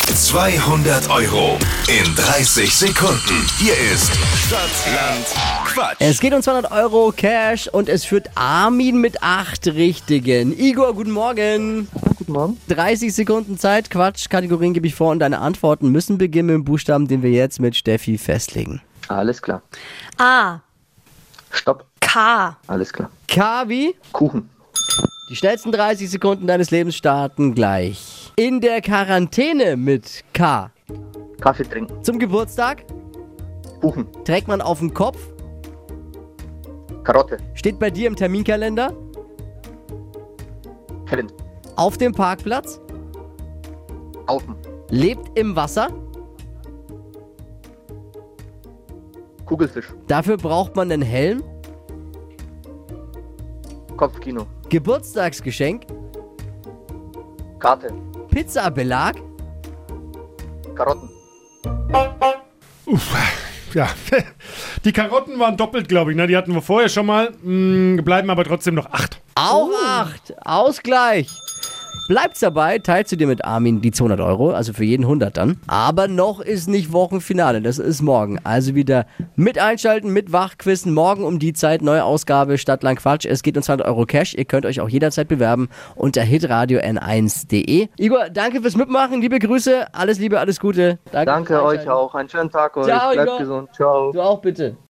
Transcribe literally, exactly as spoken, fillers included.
zweihundert Euro in dreißig Sekunden. Hier ist Stadtland Quatsch. Es geht um zweihundert Euro Cash und es führt Armin mit acht Richtigen. Igor, guten Morgen. Guten Morgen. dreißig Sekunden Zeit, Quatsch, Kategorien gebe ich vor und deine Antworten müssen beginnen mit dem Buchstaben, den wir jetzt mit Steffi festlegen. Alles klar. A. Stopp. K. Alles klar. K wie? Kuchen. Die schnellsten dreißig Sekunden deines Lebens starten gleich. In der Quarantäne mit K. Kaffee trinken. Zum Geburtstag Kuchen. trägt man auf dem Kopf, Karotte. steht bei dir im Terminkalender, Kevin. auf dem Parkplatz, Außen. lebt im Wasser. Kugelfisch. Dafür braucht man einen Helm. Kopfkino. Geburtstagsgeschenk, Karte. Pizzabelag, Karotten. Ja, die Karotten waren doppelt, glaube ich. Ne? Die hatten wir vorher schon mal. Mm, bleiben aber trotzdem noch acht. auch acht. Ausgleich. Bleibt's dabei, teilst du dir mit Armin die zweihundert Euro, also für jeden hundert dann. Aber noch ist nicht Wochenfinale, das ist morgen. Also wieder mit einschalten, mit Wachquissen. Morgen um die Zeit, neue Ausgabe Stadtland Quatsch. Es geht um zweihundert Euro Cash. Ihr könnt euch auch jederzeit bewerben unter hitradio n eins punkt de. Igor, danke fürs Mitmachen. Liebe Grüße, alles Liebe, alles Gute. Danke, Danke euch auch. Einen schönen Tag euch. Ciao, Bleibt Igor. gesund. Ciao. Du auch bitte.